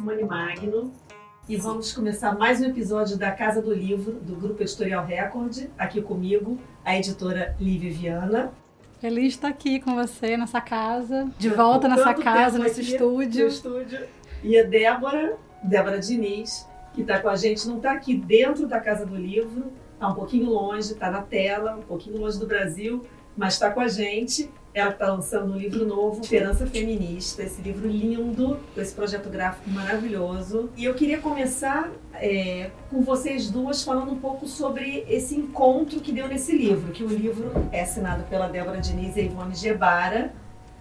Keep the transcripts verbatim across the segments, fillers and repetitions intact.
Simone Magno e vamos começar mais um episódio da Casa do Livro, do Grupo Editorial Record. Aqui comigo, a editora Lívia Viana. Feliz de estar aqui com você nessa casa, de volta nessa casa, nesse estúdio. No estúdio. E a Débora, Débora Diniz, que está com a gente, não está aqui dentro da Casa do Livro, está um pouquinho longe, está na tela, um pouquinho longe do Brasil, mas está com a gente. Ela está lançando um livro novo, Esperança Feminista, esse livro lindo, com esse projeto gráfico maravilhoso. E eu queria começar é, com vocês duas falando um pouco sobre esse encontro que deu nesse livro, que o livro é assinado pela Débora Diniz e a Ivone Gebara,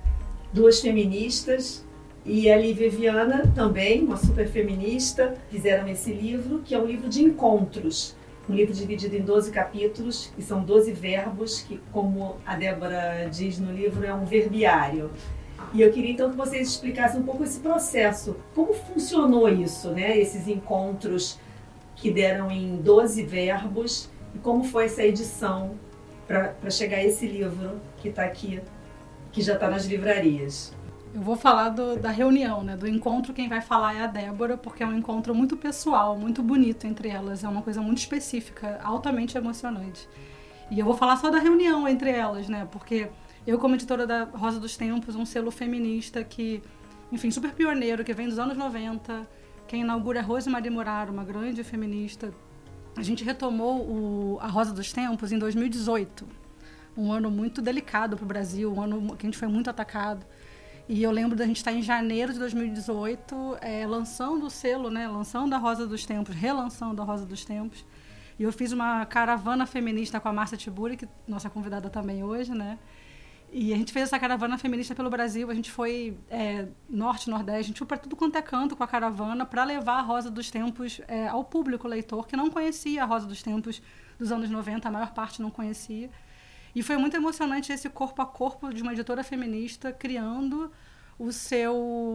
duas feministas, e a Lívia Viana também, uma super feminista, fizeram esse livro, que é um livro de encontros. Um livro dividido em doze capítulos, que são doze verbos, que, como a Débora diz no livro, é um verbiário. E eu queria então que vocês explicassem um pouco esse processo. Como funcionou isso, né? Esses encontros que deram em doze verbos, e como foi essa edição para chegar a esse livro que está aqui, que já está nas livrarias. Eu vou falar do, da reunião, né? Do encontro. Quem vai falar é a Débora, porque é um encontro muito pessoal, muito bonito entre elas. É uma coisa muito específica, altamente emocionante. E eu vou falar só da reunião entre elas, né? Porque eu, como editora da Rosa dos Tempos, um selo feminista que, enfim, super pioneiro, que vem dos anos noventa, quem inaugura é Rosemarie Muraro, uma grande feminista. A gente retomou o, a Rosa dos Tempos em dois mil e dezoito. Um ano muito delicado para o Brasil, um ano que a gente foi muito atacado. E eu lembro da gente estar em janeiro de dois mil e dezoito, é, lançando o selo, né, lançando a Rosa dos Tempos, relançando a Rosa dos Tempos. E eu fiz uma caravana feminista com a Márcia Tiburi, que nossa convidada também hoje, né? E a gente fez essa caravana feminista pelo Brasil. A gente foi é, norte, nordeste, a gente foi para tudo quanto é canto com a caravana para levar a Rosa dos Tempos é, ao público leitor, que não conhecia a Rosa dos Tempos dos anos noventa, a maior parte não conhecia. E foi muito emocionante esse corpo a corpo de uma editora feminista criando o seu,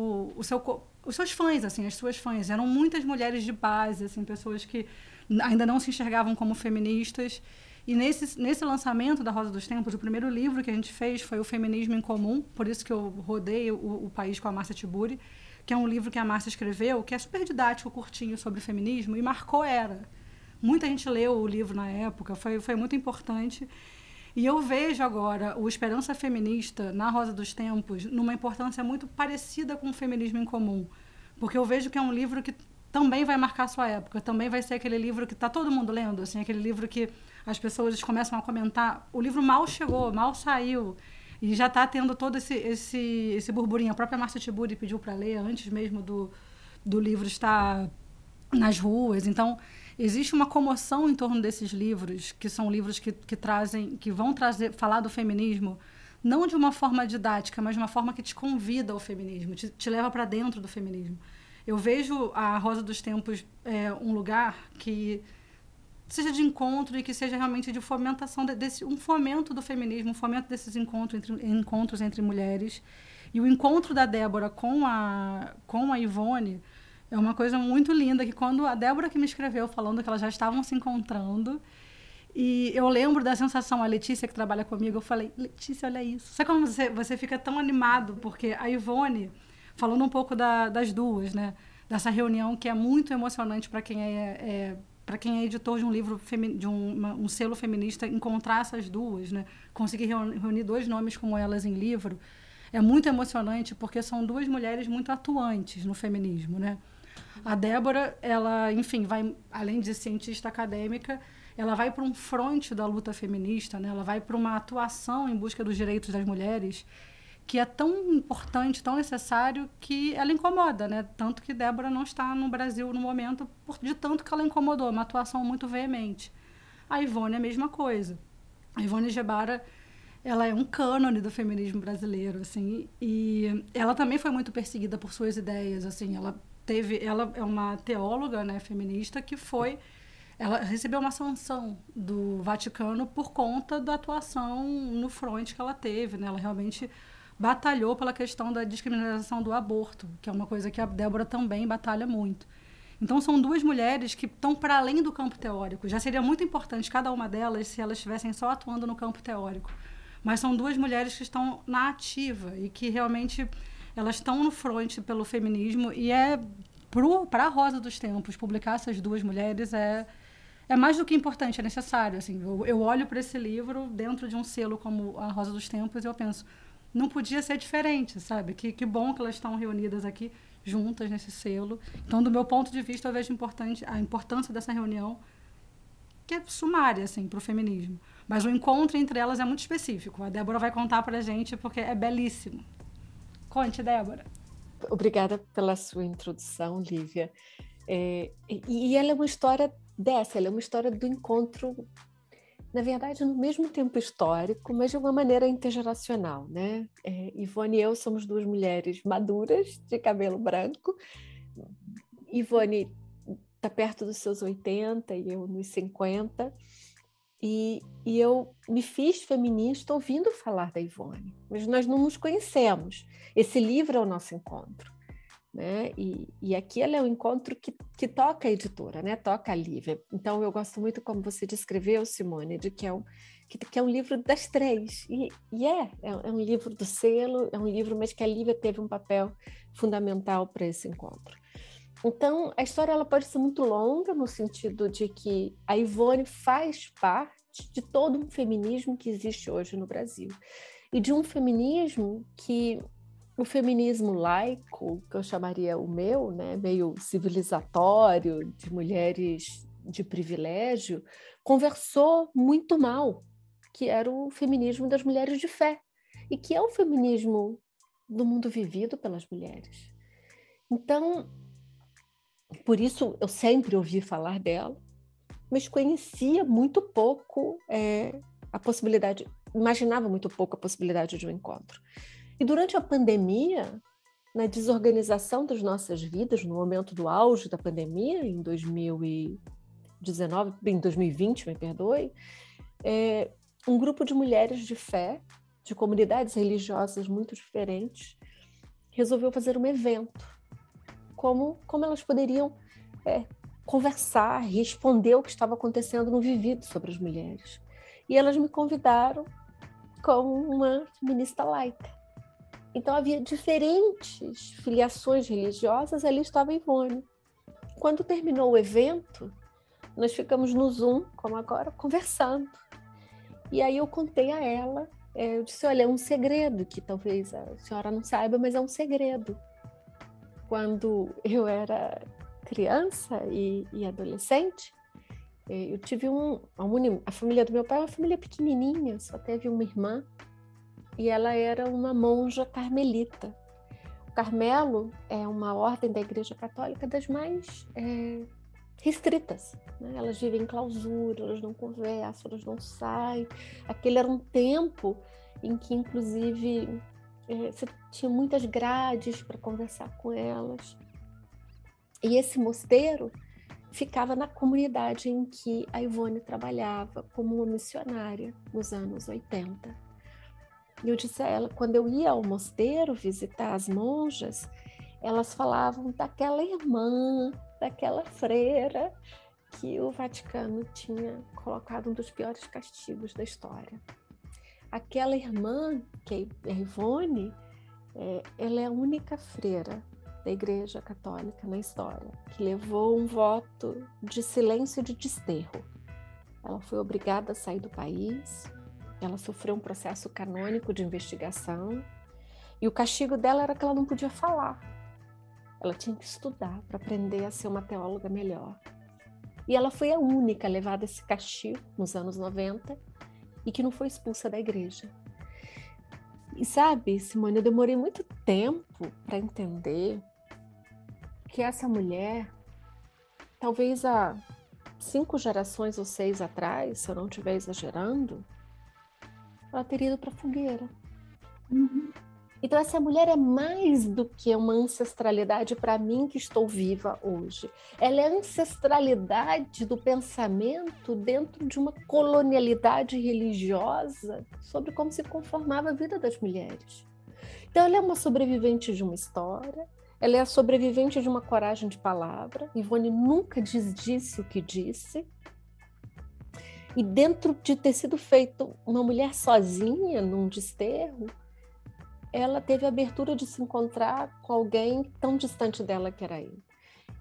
o seu, os seus fãs, assim, as suas fãs. Eram muitas mulheres de base, assim, pessoas que ainda não se enxergavam como feministas. E nesse, nesse lançamento da Rosa dos Tempos, o primeiro livro que a gente fez foi o Feminismo em Comum, por isso que eu rodei o, o país com a Márcia Tiburi, que é um livro que a Márcia escreveu, que é super didático, curtinho, sobre feminismo, e marcou era. Muita gente leu o livro na época, foi, foi muito importante. E eu vejo agora o Esperança Feminista na Rosa dos Tempos numa importância muito parecida com o Feminismo em Comum. Porque eu vejo que é um livro que também vai marcar a sua época, também vai ser aquele livro que está todo mundo lendo, assim, aquele livro que as pessoas começam a comentar. O livro mal chegou, mal saiu, e já está tendo todo esse, esse, esse burburinho. A própria Márcia Tiburi pediu para ler antes mesmo do, do livro estar nas ruas. Então, existe uma comoção em torno desses livros, que são livros que, que trazem, que vão trazer, falar do feminismo, não de uma forma didática, mas de uma forma que te convida ao feminismo, te, te leva para dentro do feminismo. Eu vejo a Rosa dos Tempos é, um lugar que seja de encontro e que seja realmente de fomentação, de, desse, um fomento do feminismo, um fomento desses encontros entre, encontros entre mulheres. E o encontro da Débora com a, com a Ivone é uma coisa muito linda, que quando a Débora que me escreveu falando que elas já estavam se encontrando, e eu lembro da sensação, a Letícia que trabalha comigo, eu falei, Letícia, olha isso. Sabe como você, você fica tão animado? Porque a Ivone, falando um pouco da, das duas, né, dessa reunião que é muito emocionante para quem é, é para quem é editor de um livro, femi- de um, uma, um selo feminista, encontrar essas duas, né, conseguir reunir dois nomes como elas em livro, é muito emocionante porque são duas mulheres muito atuantes no feminismo, né? A Débora, ela, enfim, vai, além de cientista acadêmica, ela vai para um fronte da luta feminista, né? Ela vai para uma atuação em busca dos direitos das mulheres que é tão importante, tão necessário, que ela incomoda, né? Tanto que Débora não está no Brasil no momento, por, de tanto que ela incomodou, uma atuação muito veemente. A Ivone é a mesma coisa. A Ivone Gebara, ela é um cânone do feminismo brasileiro, assim, e ela também foi muito perseguida por suas ideias, assim, ela teve, ela é uma teóloga, né, feminista, que foi, ela recebeu uma sanção do Vaticano por conta da atuação no fronte que ela teve, né, ela realmente batalhou pela questão da descriminalização do aborto, que é uma coisa que a Débora também batalha muito. Então, são duas mulheres que estão para além do campo teórico. Já seria muito importante cada uma delas se elas estivessem só atuando no campo teórico. Mas são duas mulheres que estão na ativa e que realmente elas estão no fronte pelo feminismo, e é para a Rosa dos Tempos, publicar essas duas mulheres é, é mais do que importante, é necessário. Assim, eu, eu olho para esse livro dentro de um selo como a Rosa dos Tempos e eu penso, não podia ser diferente, sabe? Que, que bom que elas estão reunidas aqui, juntas nesse selo. Então, do meu ponto de vista, eu vejo importante, a importância dessa reunião, que é sumária, assim, para o feminismo. Mas o encontro entre elas é muito específico. A Débora vai contar para a gente, porque é belíssimo. Conte, Débora. Obrigada pela sua introdução, Lívia. É, e, e ela é uma história dessa, ela é uma história do encontro, na verdade, no mesmo tempo histórico, mas de uma maneira intergeracional, né? É, Ivone e eu somos duas mulheres maduras, de cabelo branco. Ivone está perto dos seus oitenta e eu nos cinquenta. E, e eu me fiz feminista ouvindo falar da Ivone, mas nós não nos conhecemos. Esse livro é o nosso encontro, né? E, e aqui ela é um encontro que, que toca a editora, né? Toca a Lívia. Então eu gosto muito como você descreveu, Simone, de que é um, que, que é um livro das três. E, e é, é, é um livro do selo, é um livro, mas que a Lívia teve um papel fundamental para esse encontro. Então, a história ela pode ser muito longa, no sentido de que a Ivone faz parte de todo um feminismo que existe hoje no Brasil. E de um feminismo que, o feminismo laico, que eu chamaria o meu, né, meio civilizatório, de mulheres de privilégio, conversou muito mal, que era o feminismo das mulheres de fé, e que é o feminismo do mundo vivido pelas mulheres. Então, por isso eu sempre ouvi falar dela, mas conhecia muito pouco é, a possibilidade, imaginava muito pouco a possibilidade de um encontro. E durante a pandemia, na desorganização das nossas vidas, no momento do auge da pandemia, em dois mil e dezenove, em dois mil e vinte, me perdoe, é, um grupo de mulheres de fé, de comunidades religiosas muito diferentes, resolveu fazer um evento. Como, como elas poderiam é, conversar, responder o que estava acontecendo no vivido sobre as mulheres. E elas me convidaram como uma feminista laica. Então havia diferentes filiações religiosas, ali estava a Ivone. Quando terminou o evento, nós ficamos no Zoom, como agora, conversando. E aí eu contei a ela, é, eu disse, olha, é um segredo que talvez a senhora não saiba, mas é um segredo. Quando eu era criança e, e adolescente, eu tive um, um... A família do meu pai é uma família pequenininha, só teve uma irmã, e ela era uma monja carmelita. O Carmelo é uma ordem da Igreja Católica das mais é, restritas, né? Elas vivem em clausura, elas não conversam, elas não saem. Aquele era um tempo em que, inclusive, é, você tinha muitas grades para conversar com elas. E esse mosteiro ficava na comunidade em que a Ivone trabalhava como uma missionária nos anos oitenta. E eu disse a ela, quando eu ia ao mosteiro visitar as monjas, elas falavam daquela irmã, daquela freira que o Vaticano tinha colocado um dos piores castigos da história. Aquela irmã, que é a Ivone, é, ela é a única freira da Igreja Católica na história que levou um voto de silêncio e de desterro. Ela foi obrigada a sair do país, ela sofreu um processo canônico de investigação e o castigo dela era que ela não podia falar. Ela tinha que estudar para aprender a ser uma teóloga melhor. E ela foi a única levada a esse castigo nos anos noventa e que não foi expulsa da igreja. E sabe, Simone, eu demorei muito tempo para entender que essa mulher, talvez há cinco gerações ou seis atrás, se eu não estiver exagerando, ela teria ido para a fogueira. Uhum. Então essa mulher é mais do que uma ancestralidade para mim que estou viva hoje. Ela é a ancestralidade do pensamento dentro de uma colonialidade religiosa sobre como se conformava a vida das mulheres. Então ela é uma sobrevivente de uma história, ela é a sobrevivente de uma coragem de palavra. Ivone nunca desdisse o que disse. E dentro de ter sido feito uma mulher sozinha num desterro, ela teve a abertura de se encontrar com alguém tão distante dela que era eu.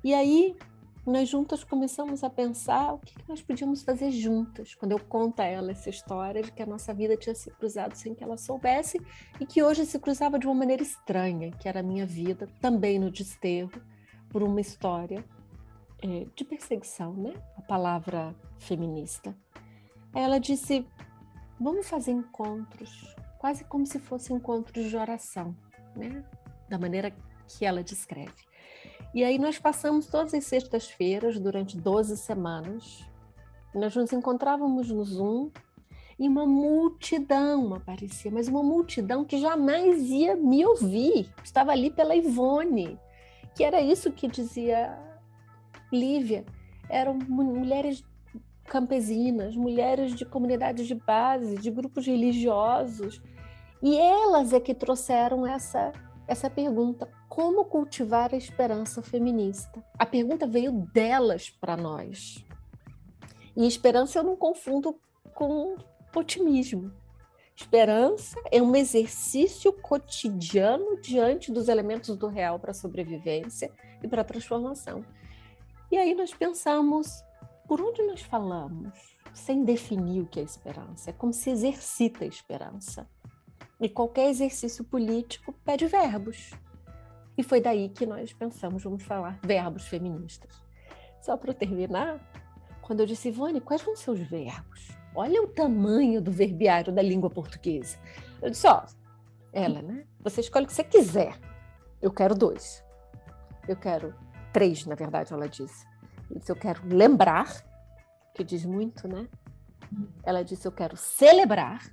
E aí, nós juntas começamos a pensar o que nós podíamos fazer juntas, quando eu conto a ela essa história de que a nossa vida tinha se cruzado sem que ela soubesse e que hoje se cruzava de uma maneira estranha, que era a minha vida, também no desterro, por uma história é, de perseguição, né? A palavra feminista. Aí ela disse, vamos fazer encontros, quase como se fossem encontros de oração, né? Da maneira que ela descreve. E aí nós passamos todas as sextas-feiras, durante doze semanas, nós nos encontrávamos no Zoom e uma multidão aparecia, mas uma multidão que jamais ia me ouvir, estava ali pela Ivone, que era isso que dizia Lívia, eram mulheres campesinas, mulheres de comunidades de base, de grupos religiosos, e elas é que trouxeram essa, essa pergunta, como cultivar a esperança feminista? A pergunta veio delas para nós. E esperança eu não confundo com otimismo. Esperança é um exercício cotidiano diante dos elementos do real para a sobrevivência e para a transformação. E aí nós pensamos, por onde nós falamos, sem definir o que é esperança? É como se exercita a esperança. E qualquer exercício político pede verbos. E foi daí que nós pensamos, vamos falar verbos feministas. Só para terminar, quando eu disse, Ivone, quais vão ser os verbos? Olha o tamanho do verbiário da língua portuguesa. Eu disse, ó, ela, né? Você escolhe o que você quiser. Eu quero dois. Eu quero três, na verdade, ela disse. Eu disse, eu quero lembrar, que diz muito, né? Ela disse, eu quero celebrar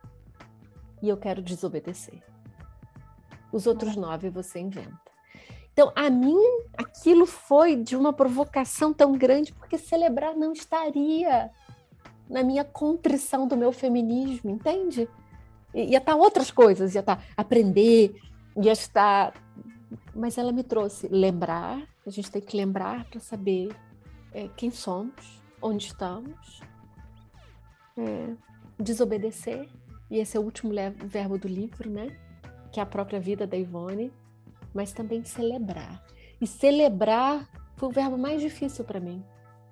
e eu quero desobedecer. Os outros nove você inventa. Então, a mim, aquilo foi de uma provocação tão grande, porque celebrar não estaria na minha contrição do meu feminismo, entende? Ia estar outras coisas, ia estar aprender, ia estar... Mas ela me trouxe lembrar, a gente tem que lembrar para saber é, quem somos, onde estamos, é, desobedecer, e esse é o último verbo do livro, né? Que é a própria vida da Ivone, mas também celebrar. E celebrar foi o verbo mais difícil para mim,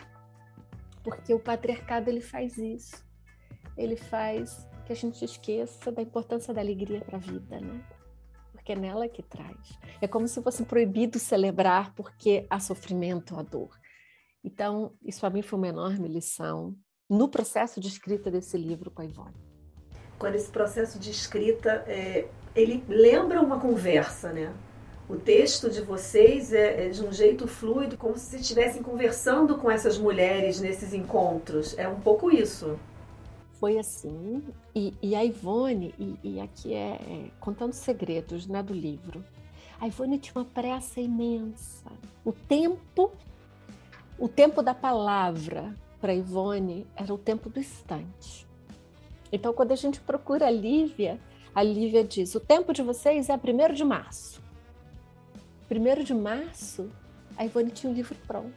porque o patriarcado ele faz isso, ele faz que a gente esqueça da importância da alegria para a vida, né? Porque é nela que traz. É como se fosse proibido celebrar porque há sofrimento, há dor. Então, isso para mim foi uma enorme lição no processo de escrita desse livro com a Ivone. Quando esse processo de escrita, é, ele lembra uma conversa, né? O texto de vocês é, é de um jeito fluido, como se estivessem conversando com essas mulheres nesses encontros. É um pouco isso. Foi assim. E, e a Ivone, e, e aqui é, é contando segredos, né, do livro, a Ivone tinha uma pressa imensa. O tempo, o tempo da palavra para a Ivone era o tempo do instante. Então, quando a gente procura a Lívia, a Lívia diz, o tempo de vocês é primeiro de março. primeiro de março, a Ivone tinha o livro pronto.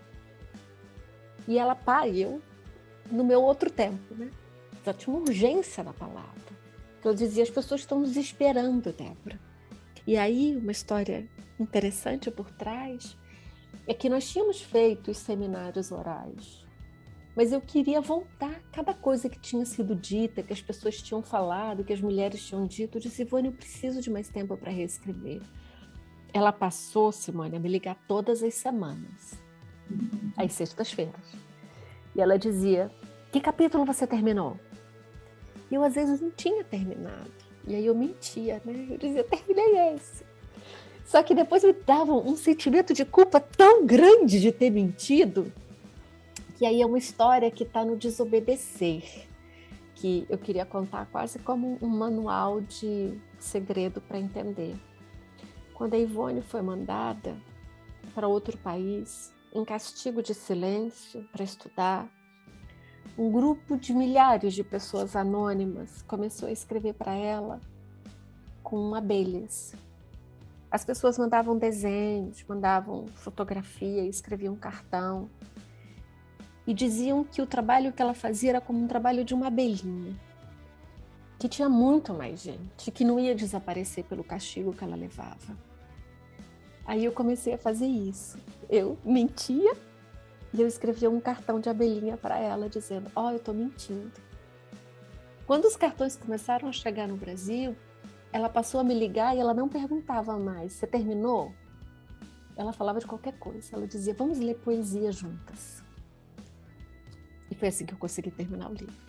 E ela pariu no meu outro tempo, né? Ela tinha uma urgência na palavra. Ela dizia, as pessoas estão nos esperando, Débora. E aí, uma história interessante por trás é que nós tínhamos feito os seminários orais, mas eu queria voltar cada coisa que tinha sido dita, que as pessoas tinham falado, que as mulheres tinham dito. Eu disse, Ivone, eu preciso de mais tempo para reescrever. Ela passou, Simone, a me ligar todas as semanas, às sextas-feiras. E ela dizia, que capítulo você terminou? E eu, às vezes, não tinha terminado. E aí eu mentia, né? Eu dizia, terminei esse. Só que depois me dava um sentimento de culpa tão grande de ter mentido, que aí é uma história que está no desobedecer, que eu queria contar quase como um manual de segredo para entender. Quando a Ivone foi mandada para outro país, em castigo de silêncio, para estudar, um grupo de milhares de pessoas anônimas começou a escrever para ela com abelhas. As pessoas mandavam desenhos, mandavam fotografia, escreviam cartão e diziam que o trabalho que ela fazia era como um trabalho de uma abelhinha, que tinha muito mais gente, que não ia desaparecer pelo castigo que ela levava. Aí eu comecei a fazer isso. Eu mentia e eu escrevia um cartão de abelhinha para ela, dizendo, ó, oh, eu estou mentindo. Quando os cartões começaram a chegar no Brasil, ela passou a me ligar e ela não perguntava mais, você terminou? Ela falava de qualquer coisa. Ela dizia, vamos ler poesia juntas. E foi assim que eu consegui terminar o livro.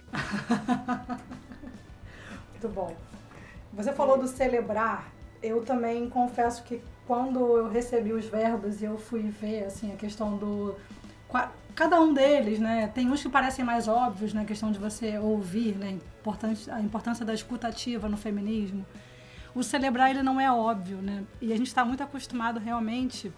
Muito bom. Você falou do celebrar. Eu também confesso que quando eu recebi os verbos e eu fui ver assim, a questão do... Cada um deles, né? Tem uns que parecem mais óbvios, né? A questão de você ouvir, né? A importância da escuta ativa no feminismo. O celebrar, ele não é óbvio, né? E a gente está muito acostumado realmente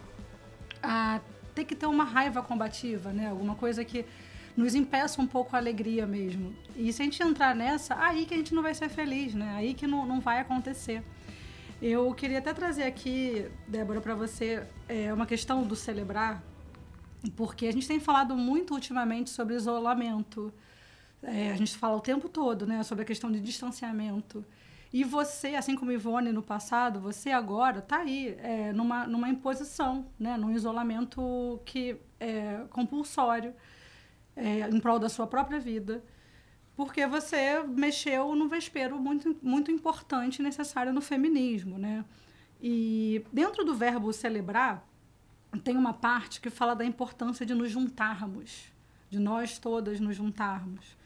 a ter que ter uma raiva combativa, né? Alguma coisa que nos impeça um pouco a alegria mesmo. E se a gente entrar nessa, aí que a gente não vai ser feliz, né? Aí que não, não vai acontecer. Eu queria até trazer aqui, Débora, para você, é, uma questão do celebrar, porque a gente tem falado muito ultimamente sobre isolamento. É, a gente fala o tempo todo, né? Sobre a questão de distanciamento. E você, assim como Ivone no passado, você agora está aí é, numa, numa imposição, né? Num isolamento que é compulsório, é, em prol da sua própria vida, porque você mexeu num vespeiro muito, muito importante e necessário no feminismo, né? E dentro do verbo celebrar, tem uma parte que fala da importância de nos juntarmos, de nós todas nos juntarmos.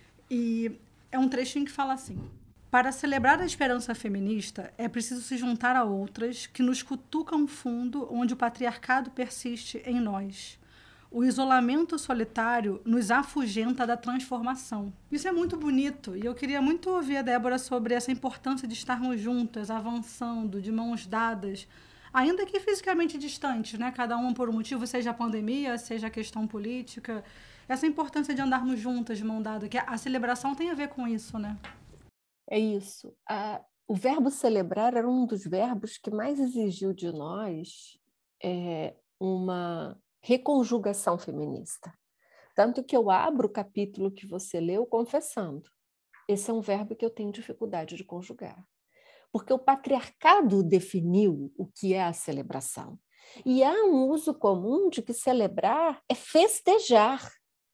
E é um trechinho que fala assim: para celebrar a esperança feminista, é preciso se juntar a outras que nos cutucam fundo onde o patriarcado persiste em nós. O isolamento solitário nos afugenta da transformação. Isso é muito bonito, e eu queria muito ouvir a Débora sobre essa importância de estarmos juntas, avançando, de mãos dadas, ainda que fisicamente distantes, né? Cada um por um motivo, seja a pandemia, seja a questão política. Essa importância de andarmos juntas, de mão dada, que a celebração tem a ver com isso, né? É isso. Ah, o verbo celebrar era um dos verbos que mais exigiu de nós é, uma reconjugação feminista. Tanto que eu abro o capítulo que você leu confessando. Esse é um verbo que eu tenho dificuldade de conjugar. Porque o patriarcado definiu o que é a celebração. E há um uso comum de que celebrar é festejar.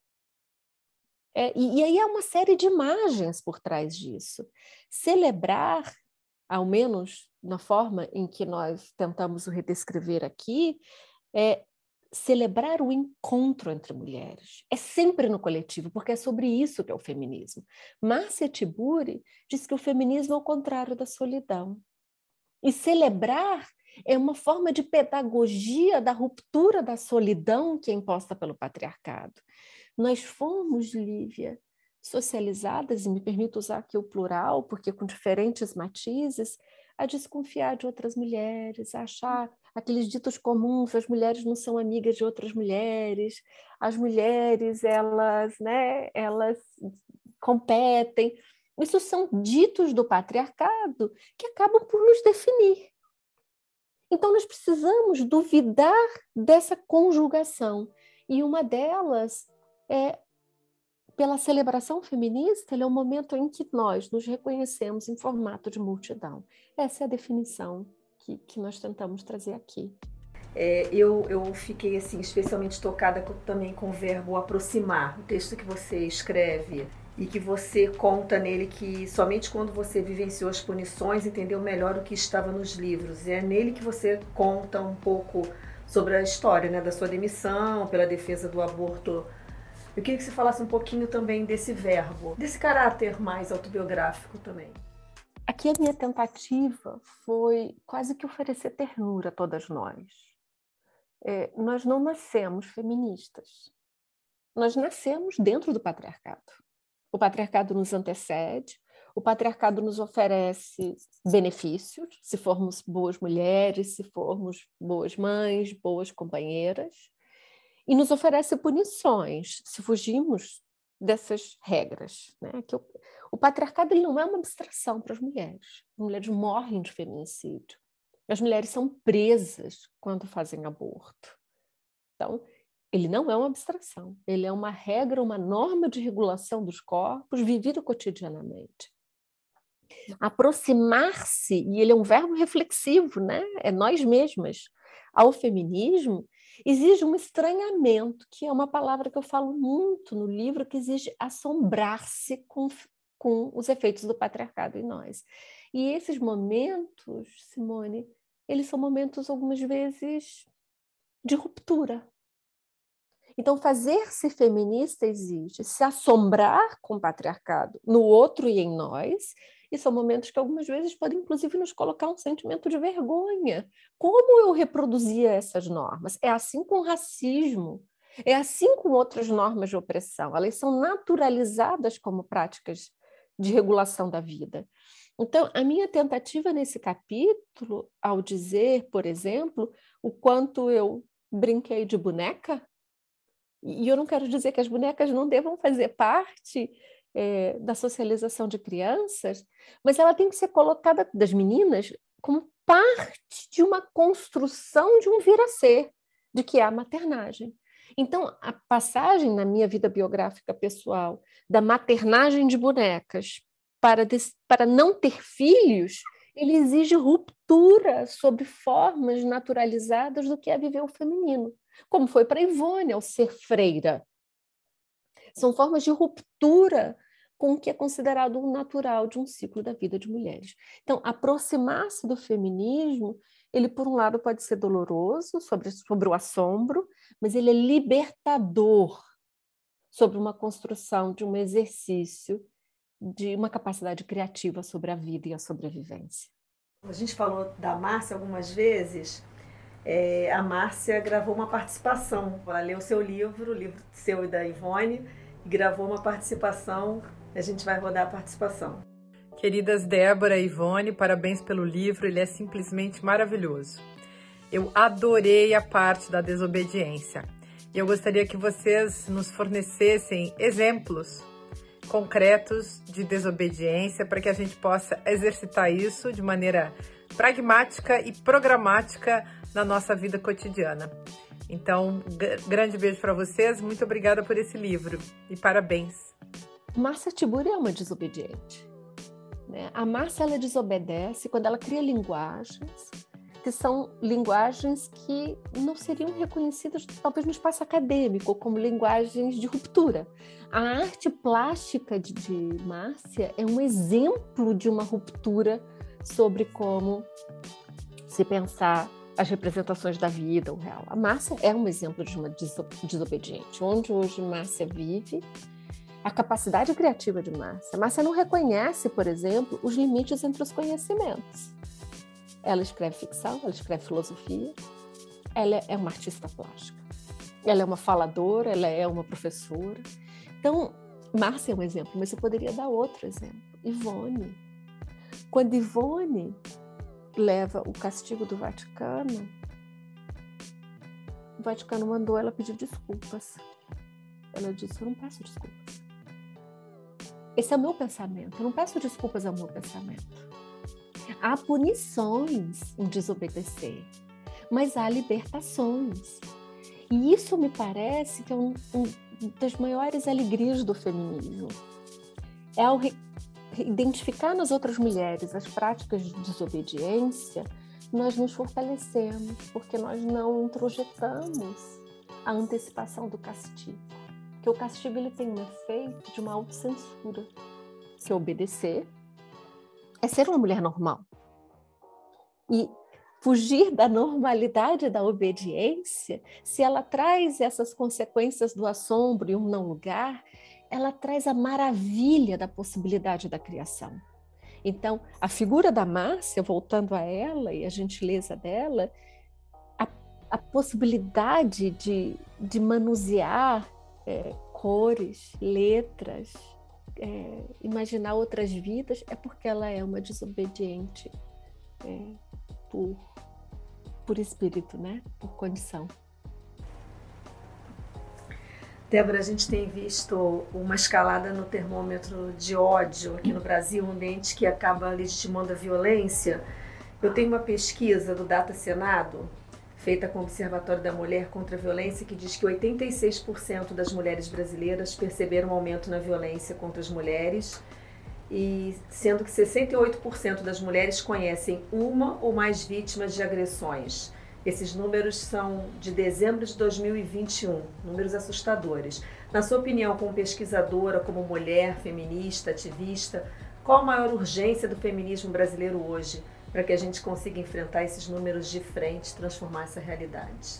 É, e, e aí há uma série de imagens por trás disso. Celebrar, ao menos na forma em que nós tentamos o redescrever aqui, é celebrar o encontro entre mulheres. É sempre no coletivo, porque é sobre isso que é o feminismo. Márcia Tiburi diz que o feminismo é o contrário da solidão. E celebrar é uma forma de pedagogia da ruptura da solidão que é imposta pelo patriarcado. Nós fomos, Lívia, socializadas, e me permito usar aqui o plural, porque com diferentes matizes, a desconfiar de outras mulheres, a achar aqueles ditos comuns, as mulheres não são amigas de outras mulheres, as mulheres, elas, né, elas competem. Isso são ditos do patriarcado que acabam por nos definir. Então, nós precisamos duvidar dessa conjugação. E uma delas é, pela celebração feminista, ele é o momento em que nós nos reconhecemos em formato de multidão. Essa é a definição que, que nós tentamos trazer aqui. É, eu, eu fiquei assim, especialmente tocada com, também com o verbo aproximar. O texto que você escreve e que você conta nele que somente quando você vivenciou as punições entendeu melhor o que estava nos livros. É nele que você conta um pouco sobre a história, né, da sua demissão, pela defesa do aborto. Eu queria que você falasse um pouquinho também desse verbo, desse caráter mais autobiográfico também. Aqui a minha tentativa foi quase que oferecer ternura a todas nós. É, nós não nascemos feministas. Nós nascemos dentro do patriarcado. O patriarcado nos antecede, o patriarcado nos oferece benefícios, se formos boas mulheres, se formos boas mães, boas companheiras, e nos oferece punições, se fugimos dessas regras, né? Que o, o patriarcado ele não é uma abstração para as mulheres. As mulheres morrem de feminicídio. As mulheres são presas quando fazem aborto. Então, ele não é uma abstração. Ele é uma regra, uma norma de regulação dos corpos vivida cotidianamente. Aproximar-se, e ele é um verbo reflexivo, né? É nós mesmas. ao feminismo exige um estranhamento, que é uma palavra que eu falo muito no livro, que exige assombrar-se com, com os efeitos do patriarcado em nós. E esses momentos, Simone, eles são momentos, algumas vezes, de ruptura. Então, fazer-se feminista exige se assombrar com o patriarcado no outro e em nós, e são momentos que algumas vezes podem, inclusive, nos colocar um sentimento de vergonha. Como eu reproduzia essas normas? É assim com o racismo, é assim com outras normas de opressão. Elas são naturalizadas como práticas de regulação da vida. Então, a minha tentativa nesse capítulo, ao dizer, por exemplo, o quanto eu brinquei de boneca, e eu não quero dizer que as bonecas não devam fazer parte é, da socialização de crianças, mas ela tem que ser colocada, das meninas, como parte de uma construção de um vir a ser, de que é a maternagem. Então, a passagem na minha vida biográfica pessoal da maternagem de bonecas para, des, para não ter filhos, ele exige ruptura sobre formas naturalizadas do que é viver o feminino, como foi para Ivone ao ser freira. São formas de ruptura com o que é considerado o natural de um ciclo da vida de mulheres. Então, aproximar-se do feminismo, ele, por um lado, pode ser doloroso sobre, sobre o assombro, mas ele é libertador sobre uma construção de um exercício de uma capacidade criativa sobre a vida e a sobrevivência. A gente falou da Márcia algumas vezes. É, a Márcia gravou uma participação. Ela leu o seu livro, o livro seu e da Ivone, e gravou uma participação. A gente vai rodar a participação. Queridas Débora e Ivone, parabéns pelo livro, ele é simplesmente maravilhoso. Eu adorei a parte da desobediência. E eu gostaria que vocês nos fornecessem exemplos concretos de desobediência para que a gente possa exercitar isso de maneira pragmática e programática na nossa vida cotidiana. Então, grande beijo para vocês, muito obrigada por esse livro e parabéns. Márcia Tiburi é uma desobediente. Né? A Márcia, ela desobedece quando ela cria linguagens que são linguagens que não seriam reconhecidas, talvez, no espaço acadêmico, como linguagens de ruptura. A arte plástica de, de Márcia é um exemplo de uma ruptura sobre como se pensar as representações da vida, o real. A Márcia é um exemplo de uma desobediente. Onde hoje Márcia vive, a capacidade criativa de Márcia. Márcia não reconhece, por exemplo, os limites entre os conhecimentos. Ela escreve ficção, ela escreve filosofia, ela é uma artista plástica, ela é uma faladora, ela é uma professora. Então, Márcia é um exemplo, mas eu poderia dar outro exemplo. Ivone. Quando Ivone leva o castigo do Vaticano, o Vaticano mandou ela pedir desculpas. Ela disse, eu não peço desculpas. Esse é o meu pensamento, eu não peço desculpas ao meu pensamento. Há punições em desobedecer, mas há libertações. E isso me parece que é um, um das maiores alegrias do feminismo. É ao re- identificar nas outras mulheres as práticas de desobediência, nós nos fortalecemos, porque nós não introjetamos a antecipação do castigo. Porque o castigo ele tem um efeito de uma autocensura, que é obedecer, é ser uma mulher normal. E fugir da normalidade da obediência, se ela traz essas consequências do assombro e um não lugar, ela traz a maravilha da possibilidade da criação. Então, a figura da Márcia, voltando a ela e a gentileza dela, a, a possibilidade de, de manusear é, cores, letras, É, imaginar outras vidas, é porque ela é uma desobediente é, por, por espírito, né? Por condição. Débora, a gente tem visto uma escalada no termômetro de ódio aqui no Brasil, um ambiente que acaba legitimando a violência. Eu tenho uma pesquisa do Data Senado, feita com o Observatório da Mulher contra a Violência, que diz que oitenta e seis por cento das mulheres brasileiras perceberam um aumento na violência contra as mulheres, e sendo que sessenta e oito por cento das mulheres conhecem uma ou mais vítimas de agressões. Esses números são de dezembro de dois mil e vinte e um, números assustadores. Na sua opinião, como pesquisadora, como mulher, feminista, ativista, qual a maior urgência do feminismo brasileiro hoje para que a gente consiga enfrentar esses números de frente e transformar essa realidade?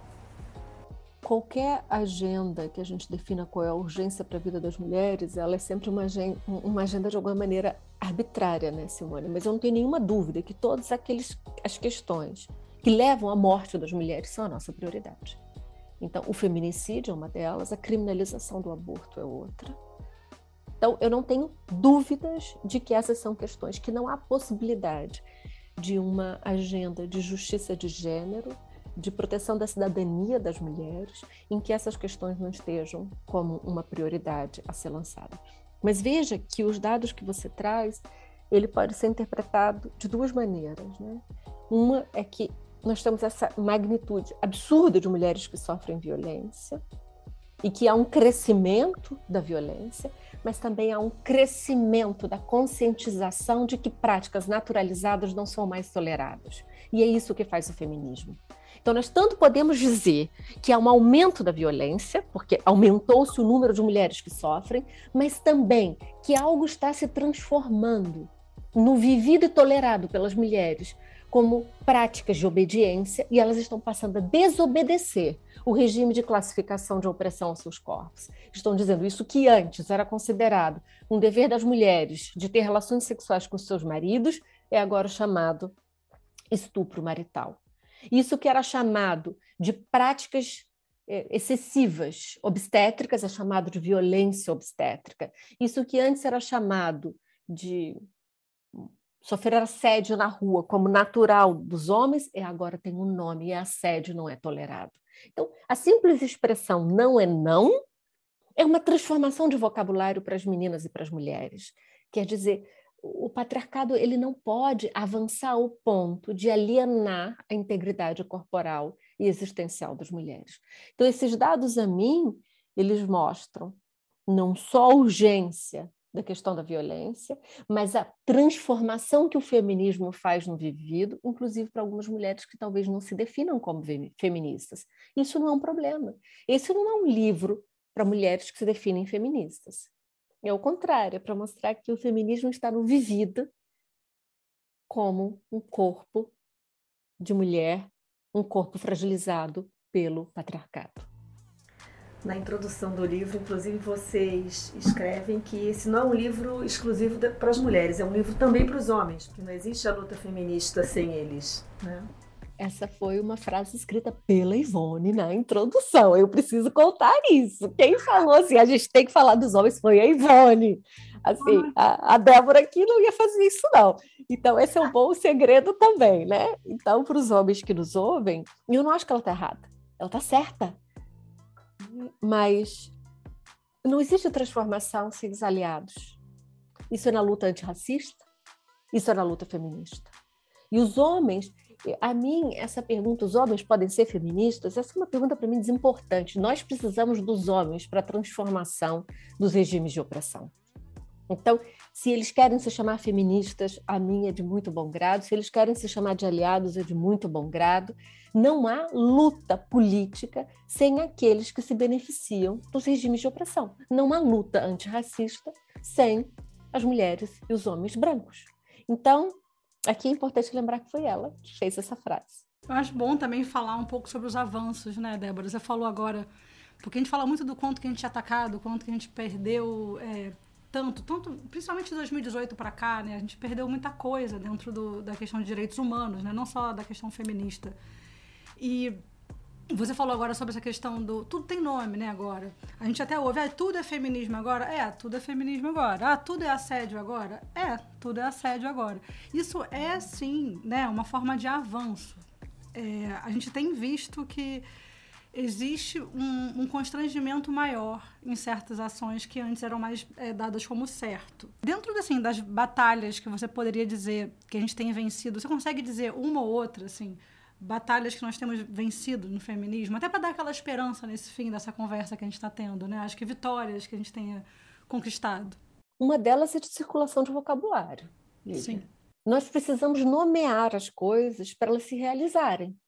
Qualquer agenda que a gente defina qual é a urgência para a vida das mulheres, ela é sempre uma agenda, uma agenda de alguma maneira arbitrária, né, Simone? Mas eu não tenho nenhuma dúvida que todas aqueles, as questões que levam à morte das mulheres são a nossa prioridade. Então, o feminicídio é uma delas, a criminalização do aborto é outra. Então, eu não tenho dúvidas de que essas são questões que não há possibilidade de uma agenda de justiça de gênero, de proteção da cidadania das mulheres, em que essas questões não estejam como uma prioridade a ser lançada. Mas veja que os dados que você traz, ele pode ser interpretado de duas maneiras, né? Uma é que nós temos essa magnitude absurda de mulheres que sofrem violência e que há um crescimento da violência, mas também há um crescimento da conscientização de que práticas naturalizadas não são mais toleradas. E é isso que faz o feminismo. Então, nós tanto podemos dizer que há um aumento da violência, porque aumentou-se o número de mulheres que sofrem, mas também que algo está se transformando no vivido e tolerado pelas mulheres como práticas de obediência, e elas estão passando a desobedecer o regime de classificação de opressão aos seus corpos. Estão dizendo isso que antes era considerado um dever das mulheres de ter relações sexuais com seus maridos, é agora chamado estupro marital. Isso que era chamado de práticas excessivas obstétricas é chamado de violência obstétrica. Isso que antes era chamado de sofrer assédio na rua como natural dos homens, é agora tem um nome, e assédio não é tolerado. Então, a simples expressão não é não é uma transformação de vocabulário para as meninas e para as mulheres. Quer dizer, o patriarcado ele não pode avançar ao ponto de alienar a integridade corporal e existencial das mulheres. Então, esses dados, a mim, eles mostram não só a urgência da questão da violência, mas a transformação que o feminismo faz no vivido, inclusive para algumas mulheres que talvez não se definam como feministas. Isso não é um problema. Esse não é um livro para mulheres que se definem feministas. É o contrário, é para mostrar que o feminismo está no vivido como um corpo de mulher, um corpo fragilizado pelo patriarcado. Na introdução do livro, inclusive, vocês escrevem que esse não é um livro exclusivo para as mulheres, é um livro também para os homens, porque não existe a luta feminista sem eles, né? Essa foi uma frase escrita pela Ivone na introdução. Eu preciso contar isso. Quem falou assim, a gente tem que falar dos homens, foi a Ivone. Assim, a, a Débora aqui não ia fazer isso, não. Então, esse é um bom segredo também, né? Então, para os homens que nos ouvem, eu não acho que ela está errada. Ela está certa. Mas não existe transformação sem os aliados. Isso é na luta antirracista, isso é na luta feminista. E os homens, a mim, essa pergunta, os homens podem ser feministas? Essa é uma pergunta para mim desimportante. Nós precisamos dos homens para a transformação dos regimes de opressão. Então, se eles querem se chamar feministas, a mim é de muito bom grado. Se eles querem se chamar de aliados, é de muito bom grado. Não há luta política sem aqueles que se beneficiam dos regimes de opressão. Não há luta antirracista sem as mulheres e os homens brancos. Então, aqui é importante lembrar que foi ela que fez essa frase. Eu acho bom também falar um pouco sobre os avanços, né, Débora? Você falou agora, porque a gente fala muito do quanto que a gente é atacado, do quanto que a gente perdeu... É... Tanto, tanto, principalmente de dois mil e dezoito para cá, né, a gente perdeu muita coisa dentro do, da questão de direitos humanos, né, não só da questão feminista. E você falou agora sobre essa questão do... Tudo tem nome, né, agora. A gente até ouve, ah, tudo é feminismo agora? É, tudo é feminismo agora. Ah, tudo é assédio agora? É, tudo é assédio agora. Isso é, sim, né, uma forma de avanço. É, a gente tem visto que existe um, um constrangimento maior em certas ações que antes eram mais é, dadas como certo. Dentro assim, das batalhas que você poderia dizer que a gente tem vencido, você consegue dizer uma ou outra, assim, batalhas que nós temos vencido no feminismo, até para dar aquela esperança nesse fim dessa conversa que a gente está tendo, né? Acho que vitórias que a gente tenha conquistado. Uma delas é de circulação de vocabulário. Lívia. Sim. Nós precisamos nomear as coisas para elas se realizarem.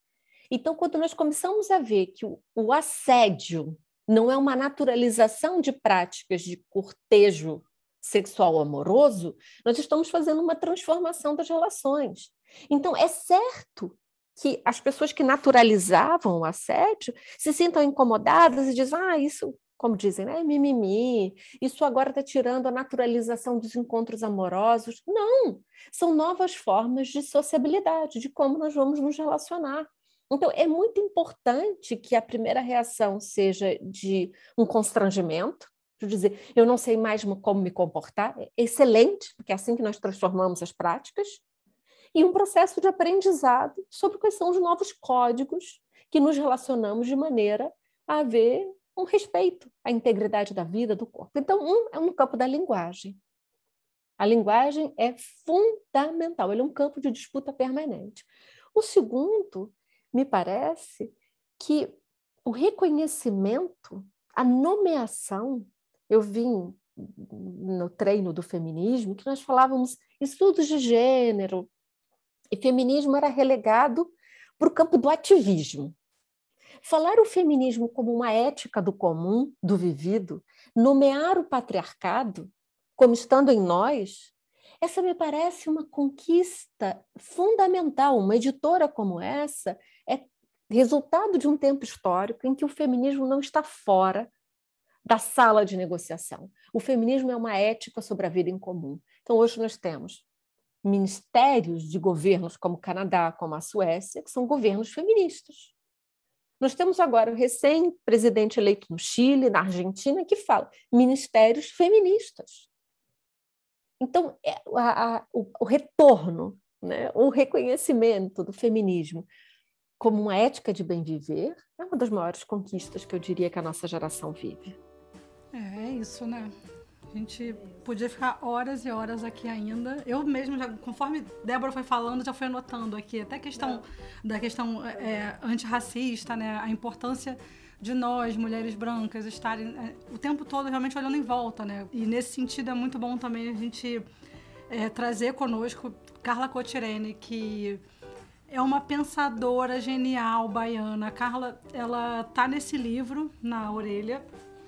Então, quando nós começamos a ver que o, o assédio não é uma naturalização de práticas de cortejo sexual amoroso, nós estamos fazendo uma transformação das relações. Então, é certo que as pessoas que naturalizavam o assédio se sintam incomodadas e dizem, ah, isso, como dizem, né, é mimimi, isso agora está tirando a naturalização dos encontros amorosos. Não, são novas formas de sociabilidade, de como nós vamos nos relacionar. Então, é muito importante que a primeira reação seja de um constrangimento, de dizer, eu não sei mais como me comportar, é excelente, porque é assim que nós transformamos as práticas, e um processo de aprendizado sobre quais são os novos códigos que nos relacionamos de maneira a haver um respeito à integridade da vida, do corpo. Então, um é no campo da linguagem. A linguagem é fundamental, ele é um campo de disputa permanente. O segundo, me parece, que o reconhecimento, a nomeação, eu vim no treino do feminismo, que nós falávamos estudos de gênero, e feminismo era relegado para o campo do ativismo. Falar o feminismo como uma ética do comum, do vivido, nomear o patriarcado como estando em nós, essa me parece uma conquista fundamental. Uma editora como essa é resultado de um tempo histórico em que o feminismo não está fora da sala de negociação. O feminismo é uma ética sobre a vida em comum. Então, hoje nós temos ministérios de governos como o Canadá, como a Suécia, que são governos feministas. Nós temos agora o recém-presidente eleito no Chile, na Argentina, que fala ministérios feministas. Então, a, a, o, o retorno, né, o reconhecimento do feminismo como uma ética de bem viver é uma das maiores conquistas que eu diria que a nossa geração vive. É, é isso, né? A gente podia ficar horas e horas aqui ainda. Eu mesmo, já, conforme Débora foi falando, já fui anotando aqui até a questão da questão é, antirracista, né? A importância de nós, mulheres brancas, estarem é, o tempo todo realmente olhando em volta, né? E nesse sentido é muito bom também a gente é, trazer conosco Carla Cottirene, que é uma pensadora genial baiana. A Carla, ela tá nesse livro, Na Orelha,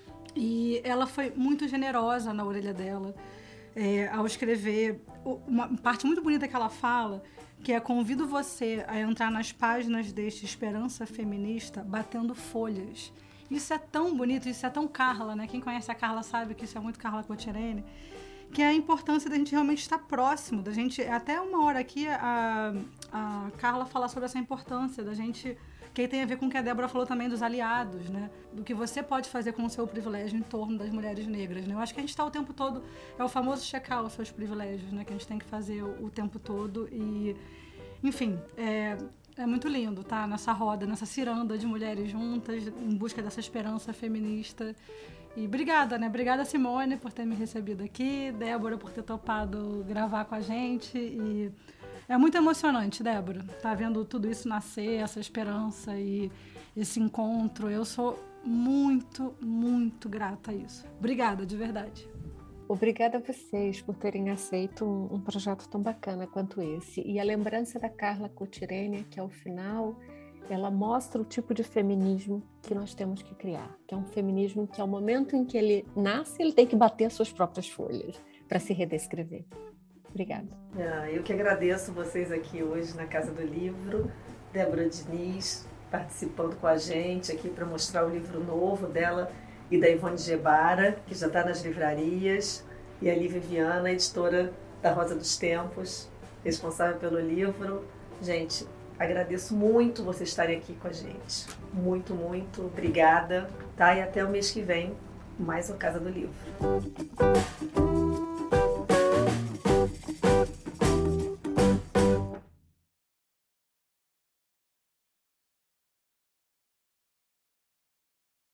e ela foi muito generosa na orelha dela é, ao escrever. Uma parte muito bonita que ela fala, que é: convido você a entrar nas páginas deste Esperança Feminista batendo folhas. Isso é tão bonito, isso é tão Carla, né? Quem conhece a Carla sabe que isso é muito Carla Cottirene, que é a importância da gente realmente estar próximo, da gente, até uma hora aqui a, a Carla fala sobre essa importância da gente, que aí tem a ver com o que a Débora falou também dos aliados, né? Do que você pode fazer com o seu privilégio em torno das mulheres negras, né? Eu acho que a gente está o tempo todo, é o famoso checar os seus privilégios, né? Que a gente tem que fazer o, o tempo todo e, enfim, é, é muito lindo, tá? Nessa roda, nessa ciranda de mulheres juntas, em busca dessa esperança feminista. E obrigada, né? Obrigada, Simone, por ter me recebido aqui, Débora, por ter topado gravar com a gente. E é muito emocionante, Débora, tá vendo tudo isso nascer, essa esperança e esse encontro. Eu sou muito, muito grata a isso. Obrigada, de verdade. Obrigada a vocês por terem aceito um, um projeto tão bacana quanto esse. E a lembrança da Carla Cottirene, que ao final ela mostra o tipo de feminismo que nós temos que criar, que é um feminismo que ao momento em que ele nasce, ele tem que bater as suas próprias folhas para se redescrever. Obrigada. Ah, eu que agradeço vocês aqui hoje na Casa do Livro, Débora Diniz participando com a gente aqui para mostrar o livro novo dela e da Ivone Gebara, que já está nas livrarias, e a Lívia Viana, editora da Rosa dos Tempos, responsável pelo livro. Gente, agradeço muito vocês estarem aqui com a gente. Muito, muito obrigada. Tá? E até o mês que vem, mais uma Casa do Livro.